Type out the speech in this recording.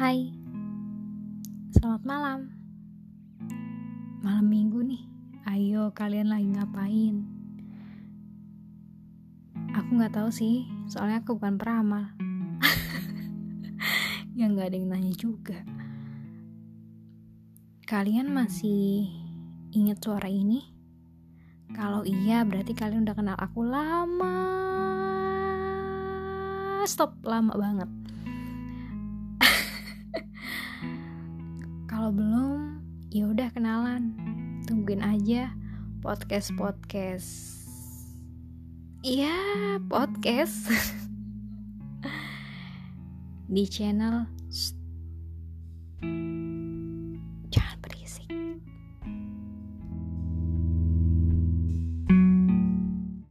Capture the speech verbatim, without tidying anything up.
Hai, selamat malam. Malam minggu nih. Ayo, kalian lagi ngapain? Aku gak tahu sih, soalnya aku bukan peramal. Ya gak ada yang nanya juga. Kalian masih ingat suara ini? Kalau iya, berarti kalian udah kenal aku lama. Stop, lama banget. Kalau belum, ya udah kenalan. Tungguin aja podcast-podcast. Iya, podcast di channel